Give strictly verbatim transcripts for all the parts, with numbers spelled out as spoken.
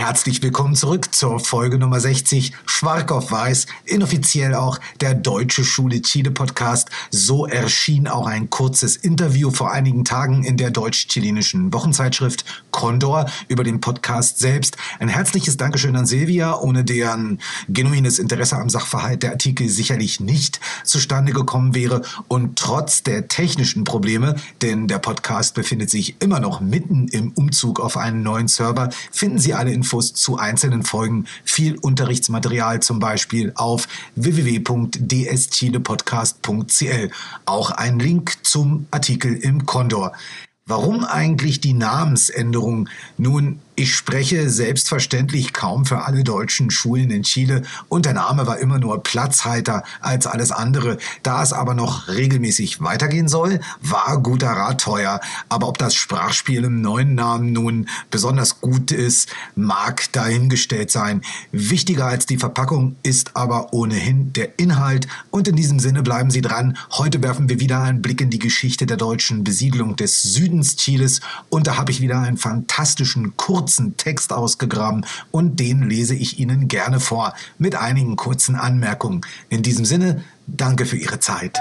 Herzlich willkommen zurück zur Folge Nummer sechzig, Schwark auf Weiß, inoffiziell auch der Deutsche Schule Chile Podcast. So erschien auch ein kurzes Interview vor einigen Tagen in der deutsch-chilenischen Wochenzeitschrift Condor über den Podcast selbst. Ein herzliches Dankeschön an Silvia, ohne deren genuines Interesse am Sachverhalt der Artikel sicherlich nicht zustande gekommen wäre. Und trotz der technischen Probleme, denn der Podcast befindet sich immer noch mitten im Umzug auf einen neuen Server, finden Sie alle Infos zu einzelnen Folgen, viel Unterrichtsmaterial zum Beispiel auf w w w punkt d s chile podcast punkt c l. Auch ein Link zum Artikel im Condor. Warum eigentlich die Namensänderung? Nun, ich spreche selbstverständlich kaum für alle deutschen Schulen in Chile und der Name war immer nur Platzhalter als alles andere. Da es aber noch regelmäßig weitergehen soll, war guter Rat teuer. Aber ob das Sprachspiel im neuen Namen nun besonders gut ist, mag dahingestellt sein. Wichtiger als die Verpackung ist aber ohnehin der Inhalt. Und in diesem Sinne bleiben Sie dran. Heute werfen wir wieder einen Blick in die Geschichte der deutschen Besiedlung des Südens Chiles und da habe ich wieder einen fantastischen kurzen Text ausgegraben und den lese ich Ihnen gerne vor mit einigen kurzen Anmerkungen. In diesem Sinne, danke für Ihre Zeit.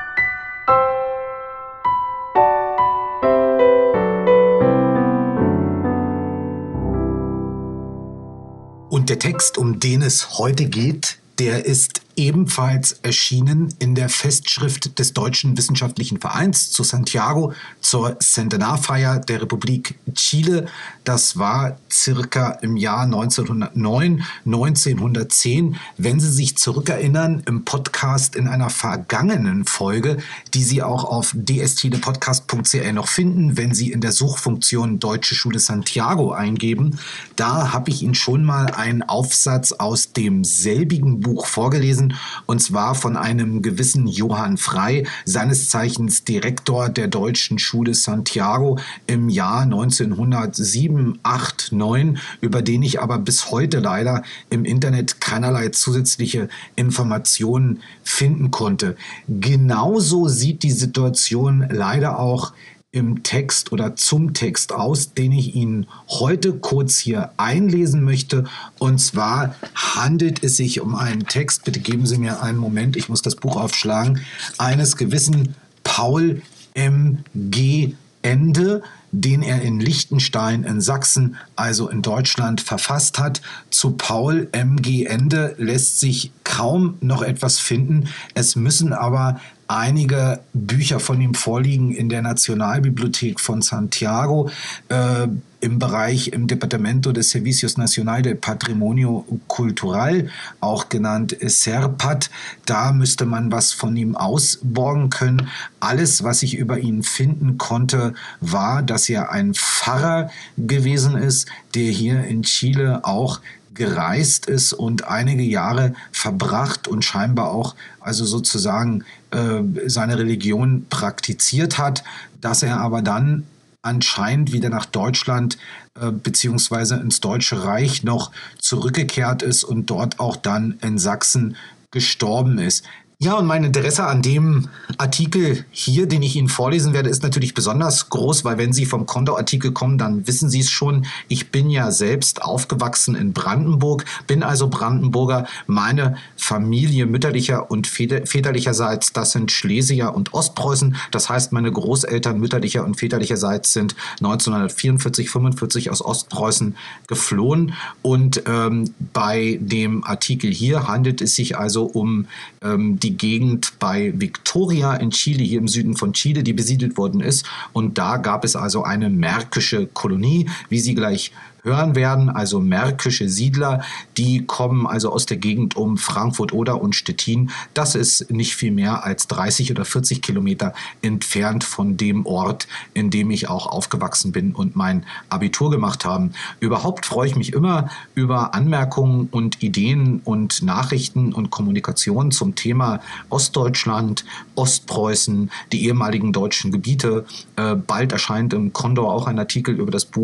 Und der Text, um den es heute geht, der ist ebenfalls erschienen in der Festschrift des Deutschen Wissenschaftlichen Vereins zu Santiago zur Zentenarfeier der Republik Chile. Das war circa im Jahr neunzehnhundertneun, neunzehnhundertzehn. Wenn Sie sich zurückerinnern, im Podcast in einer vergangenen Folge, die Sie auch auf d s chile podcast punkt c l noch finden, wenn Sie in der Suchfunktion Deutsche Schule Santiago eingeben, da habe ich Ihnen schon mal einen Aufsatz aus demselbigen Buch vorgelesen, und zwar von einem gewissen Johann Frey, seines Zeichens Direktor der Deutschen Schule Santiago im Jahr neunzehnhundertsieben, acht, neun, über den ich aber bis heute leider im Internet keinerlei zusätzliche Informationen finden konnte. Genauso sieht die Situation leider auch im Text oder zum Text aus, den ich Ihnen heute kurz hier einlesen möchte. Und zwar handelt es sich um einen Text, bitte geben Sie mir einen Moment, ich muss das Buch aufschlagen, eines gewissen Paul M G Ende, den er in Liechtenstein in Sachsen, also in Deutschland, verfasst hat. Zu Paul M G Ende lässt sich kaum noch etwas finden. Es müssen aber einige Bücher von ihm vorliegen in der Nationalbibliothek von Santiago, äh, im Bereich im Departamento de Servicios Nacional del Patrimonio Cultural, auch genannt SERPAT. Da müsste man was von ihm ausborgen können. Alles, was ich über ihn finden konnte, war, dass er ein Pfarrer gewesen ist, der hier in Chile auch gereist ist und einige Jahre verbracht und scheinbar auch also sozusagen äh, seine Religion praktiziert hat, dass er aber dann anscheinend wieder nach Deutschland äh, beziehungsweise ins Deutsche Reich noch zurückgekehrt ist und dort auch dann in Sachsen gestorben ist. Ja, und mein Interesse an dem Artikel hier, den ich Ihnen vorlesen werde, ist natürlich besonders groß, weil wenn Sie vom Condor-Artikel kommen, dann wissen Sie es schon. Ich bin ja selbst aufgewachsen in Brandenburg, bin also Brandenburger. Meine Familie mütterlicher und väterlicherseits, das sind Schlesier und Ostpreußen. Das heißt, meine Großeltern mütterlicher und väterlicherseits sind neunzehnhundertvierundvierzig, fünfundvierzig aus Ostpreußen geflohen. Und ähm, bei dem Artikel hier handelt es sich also um ähm, die Gegend bei Victoria in Chile, hier im Süden von Chile, die besiedelt worden ist. Und da gab es also eine märkische Kolonie, wie Sie gleich hören werden, also märkische Siedler, die kommen also aus der Gegend um Frankfurt-Oder und Stettin. Das ist nicht viel mehr als dreißig oder vierzig Kilometer entfernt von dem Ort, in dem ich auch aufgewachsen bin und mein Abitur gemacht habe. Überhaupt freue ich mich immer über Anmerkungen und Ideen und Nachrichten und Kommunikation zum Thema Ostdeutschland, Ostpreußen, die ehemaligen deutschen Gebiete. Äh, bald erscheint im Condor auch ein Artikel über das Buch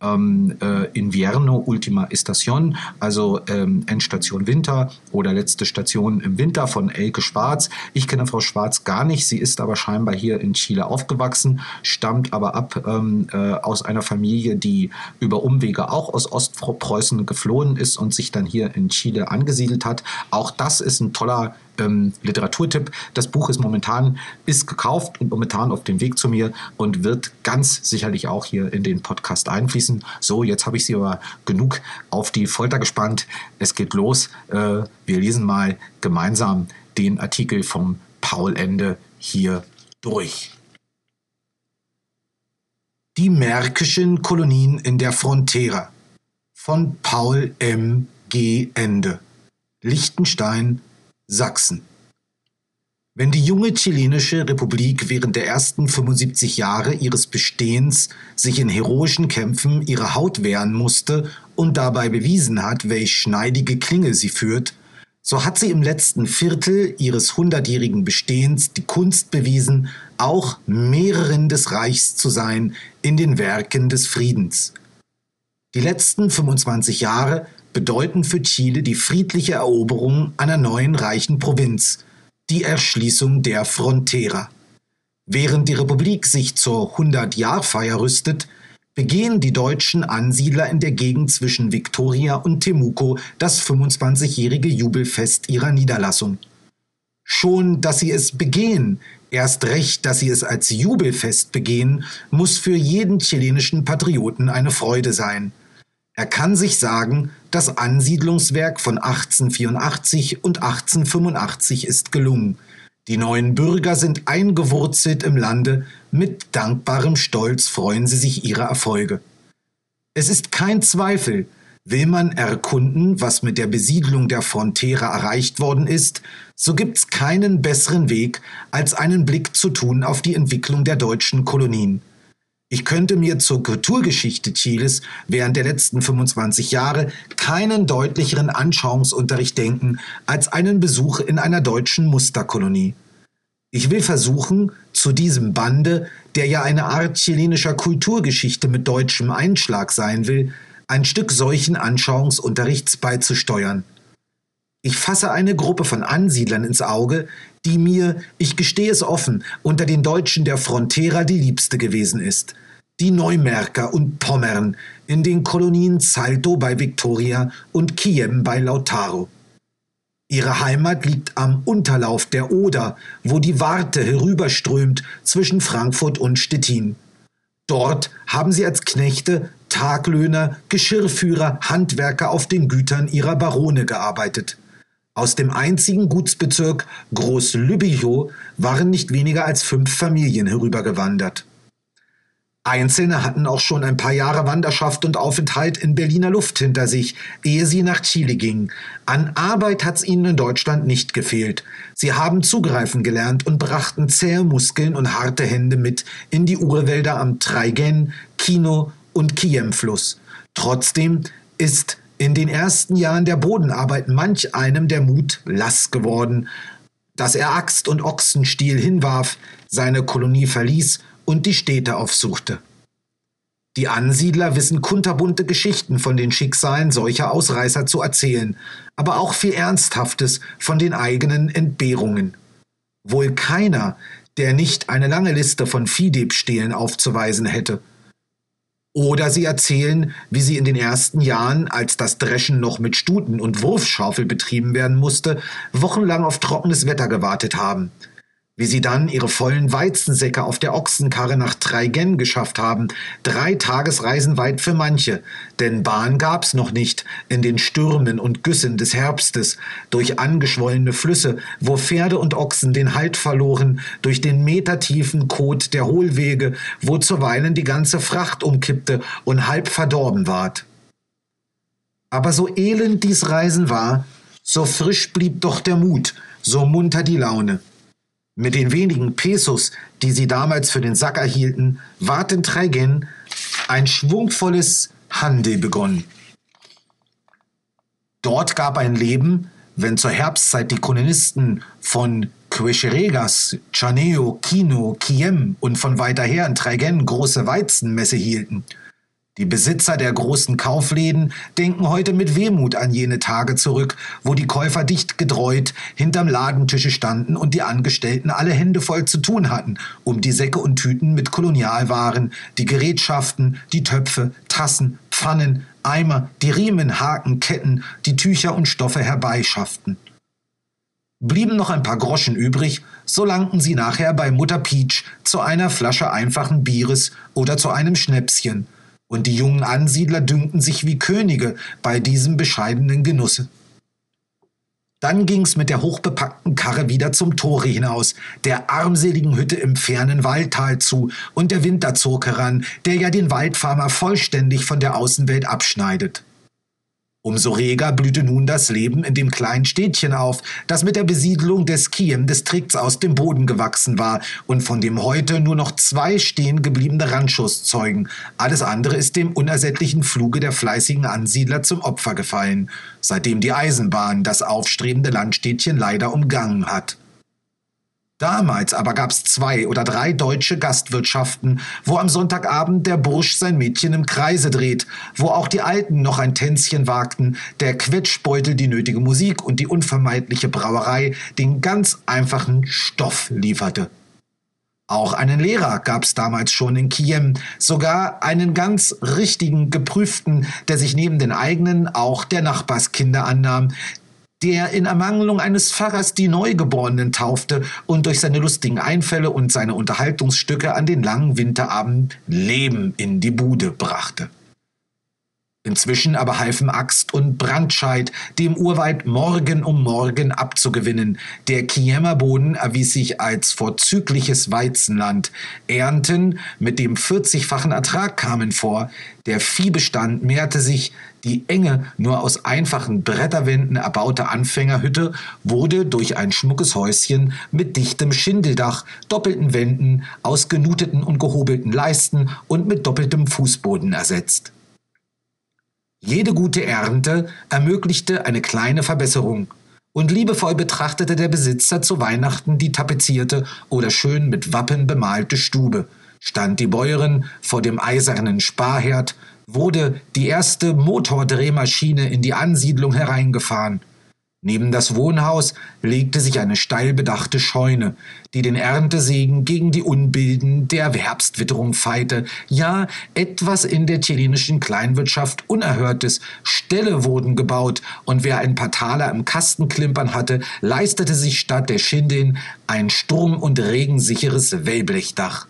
ähm, äh, Invierno Ultima Estación, also ähm, Endstation Winter oder letzte Station im Winter von Elke Schwarz. Ich kenne Frau Schwarz gar nicht, sie ist aber scheinbar hier in Chile aufgewachsen, stammt aber ab ähm, äh, aus einer Familie, die über Umwege auch aus Ostpreußen geflohen ist und sich dann hier in Chile angesiedelt hat. Auch das ist ein toller ähm, Literaturtipp. Das Buch ist momentan ist gekauft und momentan auf dem Weg zu mir und wird ganz sicherlich auch hier in den Podcast einfließen. So, jetzt habe ich Sie aber genug auf die Folter gespannt. Es geht los. Äh, wir lesen mal gemeinsam den Artikel vom Paul Ende hier durch. Die märkischen Kolonien in der Frontera von Paul M. G. Ende, Liechtenstein, Sachsen. Wenn die junge chilenische Republik während der ersten fünfundsiebzig Jahre ihres Bestehens sich in heroischen Kämpfen ihre Haut wehren musste und dabei bewiesen hat, welch schneidige Klinge sie führt, so hat sie im letzten Viertel ihres hundertjährigen Bestehens die Kunst bewiesen, auch Mehrerin des Reichs zu sein in den Werken des Friedens. Die letzten fünfundzwanzig Jahre bedeuten für Chile die friedliche Eroberung einer neuen reichen Provinz, die Erschließung der Frontera. Während die Republik sich zur hundert-Jahr-Feier rüstet, begehen die deutschen Ansiedler in der Gegend zwischen Victoria und Temuco das fünfundzwanzigjährige Jubelfest ihrer Niederlassung. Schon, dass sie es begehen, erst recht, dass sie es als Jubelfest begehen, muss für jeden chilenischen Patrioten eine Freude sein. Er kann sich sagen, das Ansiedlungswerk von achtzehnhundertvierundachtzig und achtzehnhundertfünfundachtzig ist gelungen. Die neuen Bürger sind eingewurzelt im Lande, mit dankbarem Stolz freuen sie sich ihrer Erfolge. Es ist kein Zweifel, will man erkunden, was mit der Besiedlung der Frontera erreicht worden ist, so gibt's keinen besseren Weg, als einen Blick zu tun auf die Entwicklung der deutschen Kolonien. Ich könnte mir zur Kulturgeschichte Chiles während der letzten fünfundzwanzig Jahre keinen deutlicheren Anschauungsunterricht denken als einen Besuch in einer deutschen Musterkolonie. Ich will versuchen, zu diesem Bande, der ja eine Art chilenischer Kulturgeschichte mit deutschem Einschlag sein will, ein Stück solchen Anschauungsunterrichts beizusteuern. Ich fasse eine Gruppe von Ansiedlern ins Auge, die mir, ich gestehe es offen, unter den Deutschen der Frontera die liebste gewesen ist. Die Neumärker und Pommern in den Kolonien Salto bei Victoria und Kiem bei Lautaro. Ihre Heimat liegt am Unterlauf der Oder, wo die Warthe herüberströmt zwischen Frankfurt und Stettin. Dort haben sie als Knechte, Taglöhner, Geschirrführer, Handwerker auf den Gütern ihrer Barone gearbeitet. Aus dem einzigen Gutsbezirk Groß-Lübbichow waren nicht weniger als fünf Familien herübergewandert. Einzelne hatten auch schon ein paar Jahre Wanderschaft und Aufenthalt in Berliner Luft hinter sich, ehe sie nach Chile gingen. An Arbeit hat's ihnen in Deutschland nicht gefehlt. Sie haben zugreifen gelernt und brachten zähe Muskeln und harte Hände mit in die Urwälder am Traigen, Kino und Kiem-Fluss. Trotzdem ist in den ersten Jahren der Bodenarbeit manch einem der Mut lass geworden, dass er Axt und Ochsenstiel hinwarf, seine Kolonie verließ und die Städte aufsuchte. Die Ansiedler wissen kunterbunte Geschichten von den Schicksalen solcher Ausreißer zu erzählen, aber auch viel Ernsthaftes von den eigenen Entbehrungen. Wohl keiner, der nicht eine lange Liste von Viehdiebstählen aufzuweisen hätte. Oder sie erzählen, wie sie in den ersten Jahren, als das Dreschen noch mit Stuten und Wurfschaufel betrieben werden musste, wochenlang auf trockenes Wetter gewartet haben. Wie sie dann ihre vollen Weizensäcke auf der Ochsenkarre nach Traigen geschafft haben, drei Tagesreisen weit für manche, denn Bahn gab's noch nicht in den Stürmen und Güssen des Herbstes, durch angeschwollene Flüsse, wo Pferde und Ochsen den Halt verloren, durch den metertiefen Kot der Hohlwege, wo zuweilen die ganze Fracht umkippte und halb verdorben ward. Aber so elend dies Reisen war, so frisch blieb doch der Mut, so munter die Laune. Mit den wenigen Pesos, die sie damals für den Sack erhielten, ward in Traigen ein schwungvolles Handel begonnen. Dort gab ein Leben, wenn zur Herbstzeit die Kolonisten von Quecheregas, Chaneo, Kino, Kiem und von weiter her in Traigen große Weizenmesse hielten. Die Besitzer der großen Kaufläden denken heute mit Wehmut an jene Tage zurück, wo die Käufer dicht gedräut hinterm Ladentische standen und die Angestellten alle Hände voll zu tun hatten, um die Säcke und Tüten mit Kolonialwaren, die Gerätschaften, die Töpfe, Tassen, Pfannen, Eimer, die Riemen, Haken, Ketten, die Tücher und Stoffe herbeischafften. Blieben noch ein paar Groschen übrig, so langten sie nachher bei Mutter Pietsch zu einer Flasche einfachen Bieres oder zu einem Schnäpschen, und die jungen Ansiedler dünkten sich wie Könige bei diesem bescheidenen Genusse. Dann ging's mit der hochbepackten Karre wieder zum Tore hinaus, der armseligen Hütte im fernen Waldtal zu, und der Winter zog heran, der ja den Waldfarmer vollständig von der Außenwelt abschneidet. Umso reger blühte nun das Leben in dem kleinen Städtchen auf, das mit der Besiedlung des Kiem-Distrikts aus dem Boden gewachsen war und von dem heute nur noch zwei stehen gebliebene Ranchos zeugen. Alles andere ist dem unersättlichen Fluge der fleißigen Ansiedler zum Opfer gefallen, seitdem die Eisenbahn das aufstrebende Landstädtchen leider umgangen hat. Damals aber gab's zwei oder drei deutsche Gastwirtschaften, wo am Sonntagabend der Bursch sein Mädchen im Kreise dreht, wo auch die Alten noch ein Tänzchen wagten, der Quetschbeutel die nötige Musik und die unvermeidliche Brauerei den ganz einfachen Stoff lieferte. Auch einen Lehrer gab's damals schon in Kiem, sogar einen ganz richtigen, geprüften, der sich neben den eigenen auch der Nachbarskinder annahm, der in Ermangelung eines Pfarrers die Neugeborenen taufte und durch seine lustigen Einfälle und seine Unterhaltungsstücke an den langen Winterabend Leben in die Bude brachte. Inzwischen aber halfen Axt und Brandscheid dem Urwald Morgen um Morgen abzugewinnen. Der Kiemer Boden erwies sich als vorzügliches Weizenland. Ernten mit dem vierzigfachen Ertrag kamen vor. Der Viehbestand mehrte sich. Die enge, nur aus einfachen Bretterwänden erbaute Anfängerhütte wurde durch ein schmuckes Häuschen mit dichtem Schindeldach, doppelten Wänden, ausgenuteten und gehobelten Leisten und mit doppeltem Fußboden ersetzt. Jede gute Ernte ermöglichte eine kleine Verbesserung, und liebevoll betrachtete der Besitzer zu Weihnachten die tapezierte oder schön mit Wappen bemalte Stube, stand die Bäuerin vor dem eisernen Sparherd, wurde die erste Motordrehmaschine in die Ansiedlung hereingefahren. Neben das Wohnhaus legte sich eine steil bedachte Scheune, die den Erntesegen gegen die Unbilden der Herbstwitterung feite. Ja, etwas in der chilenischen Kleinwirtschaft Unerhörtes. Ställe wurden gebaut, und wer ein paar Taler im Kasten klimpern hatte, leistete sich statt der Schindeln ein sturm- und regensicheres Wellblechdach.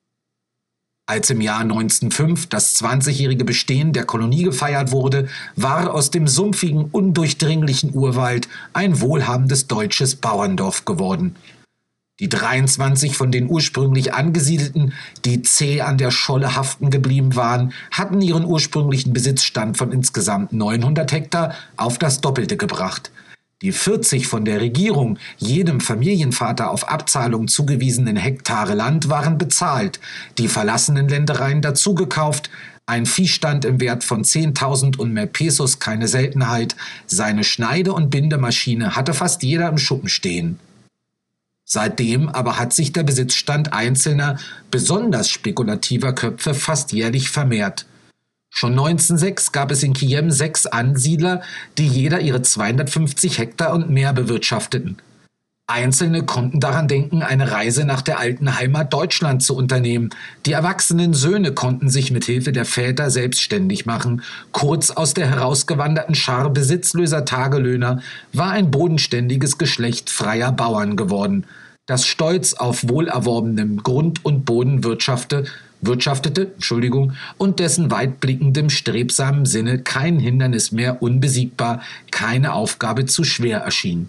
Als im Jahr neunzehnhundertfünf das zwanzigjährige Bestehen der Kolonie gefeiert wurde, war aus dem sumpfigen, undurchdringlichen Urwald ein wohlhabendes deutsches Bauerndorf geworden. Die dreiundzwanzig von den ursprünglich Angesiedelten, die zäh an der Scholle haften geblieben waren, hatten ihren ursprünglichen Besitzstand von insgesamt neunhundert Hektar auf das Doppelte gebracht. Die vierzig von der Regierung jedem Familienvater auf Abzahlung zugewiesenen Hektare Land waren bezahlt, die verlassenen Ländereien dazugekauft, ein Viehstand im Wert von zehntausend und mehr Pesos keine Seltenheit, seine Schneide- und Bindemaschine hatte fast jeder im Schuppen stehen. Seitdem aber hat sich der Besitzstand einzelner, besonders spekulativer Köpfe fast jährlich vermehrt. Schon neunzehnhundertsechs gab es in Kiem sechs Ansiedler, die jeder ihre zweihundertfünfzig Hektar und mehr bewirtschafteten. Einzelne konnten daran denken, eine Reise nach der alten Heimat Deutschland zu unternehmen. Die erwachsenen Söhne konnten sich mit Hilfe der Väter selbstständig machen. Kurz aus der herausgewanderten Schar besitzloser Tagelöhner war ein bodenständiges Geschlecht freier Bauern geworden, das stolz auf wohlerworbenem Grund und Boden wirtschaftete, wirtschaftete, Entschuldigung, und dessen weitblickendem, strebsamen Sinne kein Hindernis mehr unbesiegbar, keine Aufgabe zu schwer erschien.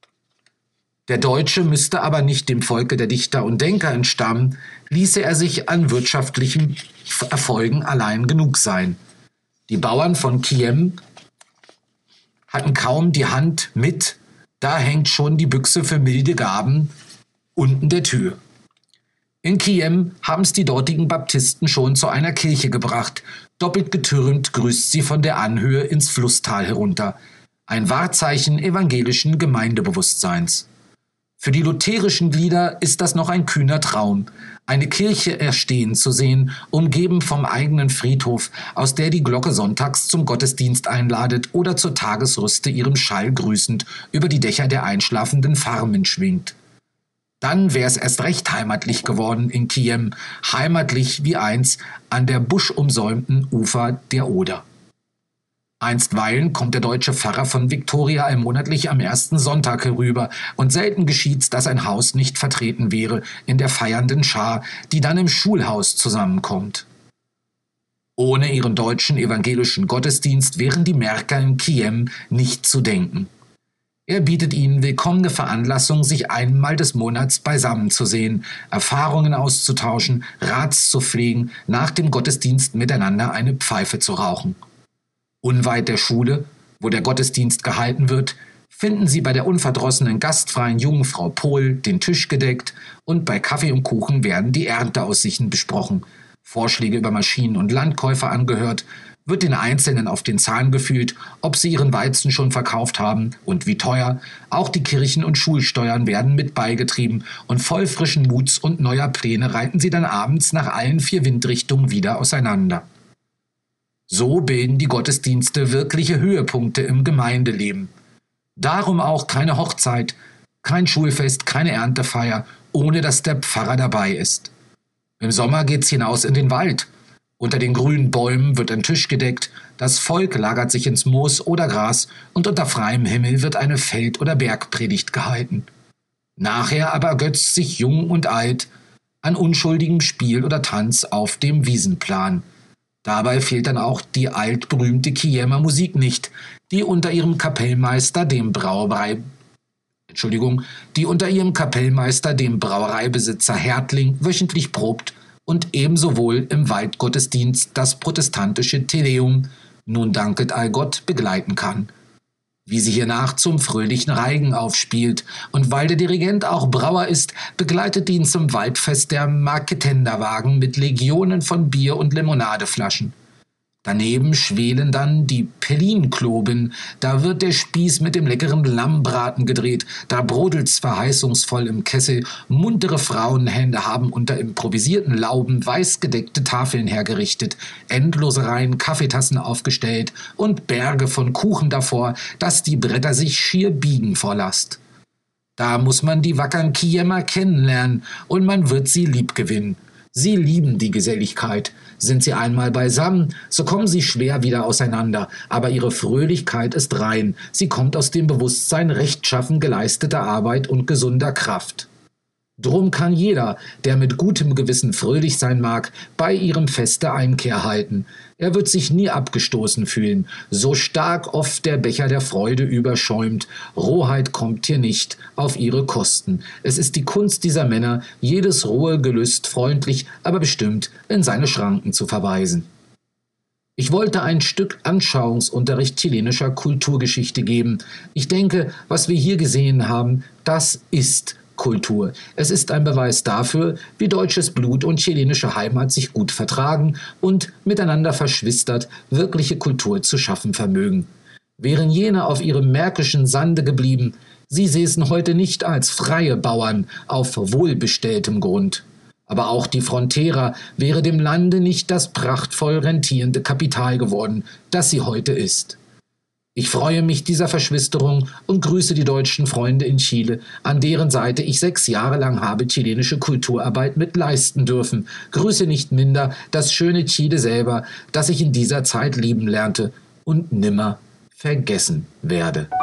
Der Deutsche müsste aber nicht dem Volke der Dichter und Denker entstammen, ließe er sich an wirtschaftlichen Erfolgen allein genug sein. Die Bauern von Kiem hatten kaum die Hand mit, da hängt schon die Büchse für milde Gaben unten der Tür. In Kiem haben's die dortigen Baptisten schon zu einer Kirche gebracht. Doppelt getürmt grüßt sie von der Anhöhe ins Flusstal herunter. Ein Wahrzeichen evangelischen Gemeindebewusstseins. Für die lutherischen Glieder ist das noch ein kühner Traum, eine Kirche erstehen zu sehen, umgeben vom eigenen Friedhof, aus der die Glocke sonntags zum Gottesdienst einladet oder zur Tagesrüste ihren Schall grüßend über die Dächer der einschlafenden Farmen schwingt. Dann wär's erst recht heimatlich geworden in Kiem, heimatlich wie einst an der buschumsäumten Ufer der Oder. Einstweilen kommt der deutsche Pfarrer von Viktoria allmonatlich am ersten Sonntag herüber, und selten geschieht's, dass ein Haus nicht vertreten wäre in der feiernden Schar, die dann im Schulhaus zusammenkommt. Ohne ihren deutschen evangelischen Gottesdienst wären die Märker in Kiem nicht zu denken. Er bietet ihnen willkommene Veranlassung, sich einmal des Monats beisammen zu sehen, Erfahrungen auszutauschen, Rats zu pflegen, nach dem Gottesdienst miteinander eine Pfeife zu rauchen. Unweit der Schule, wo der Gottesdienst gehalten wird, finden Sie bei der unverdrossenen gastfreien jungen Frau Pohl den Tisch gedeckt, und bei Kaffee und Kuchen werden die Ernteaussichten besprochen, Vorschläge über Maschinen und Landkäufer angehört, wird den Einzelnen auf den Zahn gefühlt, ob sie ihren Weizen schon verkauft haben und wie teuer. Auch die Kirchen- und Schulsteuern werden mit beigetrieben, und voll frischen Muts und neuer Pläne reiten sie dann abends nach allen vier Windrichtungen wieder auseinander. So bilden die Gottesdienste wirkliche Höhepunkte im Gemeindeleben. Darum auch keine Hochzeit, kein Schulfest, keine Erntefeier, ohne dass der Pfarrer dabei ist. Im Sommer geht's hinaus in den Wald. Unter den grünen Bäumen wird ein Tisch gedeckt, das Volk lagert sich ins Moos oder Gras, und unter freiem Himmel wird eine Feld- oder Bergpredigt gehalten. Nachher aber ergötzt sich Jung und Alt an unschuldigem Spiel oder Tanz auf dem Wiesenplan. Dabei fehlt dann auch die altberühmte Kiemer Musik nicht, die unter ihrem Kapellmeister, dem Brauerei, Entschuldigung, die unter ihrem Kapellmeister, dem Brauereibesitzer Hertling, wöchentlich probt und ebenso wohl im Waldgottesdienst das protestantische Te Deum, nun danket allgott, begleiten kann. Wie sie hiernach zum fröhlichen Reigen aufspielt, und weil der Dirigent auch Brauer ist, begleitet ihn zum Waldfest der Marketenderwagen mit Legionen von Bier- und Limonadeflaschen. Daneben schwelen dann die Pellinkloben, da wird der Spieß mit dem leckeren Lammbraten gedreht, da brodelt's verheißungsvoll im Kessel, muntere Frauenhände haben unter improvisierten Lauben weißgedeckte Tafeln hergerichtet, endlose Reihen Kaffeetassen aufgestellt und Berge von Kuchen davor, dass die Bretter sich schier biegen vor Last. Da muss man die wackern Kiemer kennenlernen, und man wird sie liebgewinnen. Sie lieben die Geselligkeit. Sind sie einmal beisammen, so kommen sie schwer wieder auseinander, aber ihre Fröhlichkeit ist rein, sie kommt aus dem Bewusstsein rechtschaffen geleisteter Arbeit und gesunder Kraft. Drum kann jeder, der mit gutem Gewissen fröhlich sein mag, bei ihrem Feste Einkehr halten. Er wird sich nie abgestoßen fühlen, so stark oft der Becher der Freude überschäumt. Rohheit kommt hier nicht auf ihre Kosten. Es ist die Kunst dieser Männer, jedes rohe Gelüst freundlich, aber bestimmt in seine Schranken zu verweisen. Ich wollte ein Stück Anschauungsunterricht chilenischer Kulturgeschichte geben. Ich denke, was wir hier gesehen haben, das ist Kultur. Es ist ein Beweis dafür, wie deutsches Blut und chilenische Heimat sich gut vertragen und miteinander verschwistert wirkliche Kultur zu schaffen vermögen. Wären jene auf ihrem märkischen Sande geblieben, sie säßen heute nicht als freie Bauern auf wohlbestelltem Grund. Aber auch die Frontera wäre dem Lande nicht das prachtvoll rentierende Kapital geworden, das sie heute ist. Ich freue mich dieser Verschwisterung und grüße die deutschen Freunde in Chile, an deren Seite ich sechs Jahre lang habe chilenische Kulturarbeit mit leisten dürfen. Grüße nicht minder das schöne Chile selber, das ich in dieser Zeit lieben lernte und nimmer vergessen werde.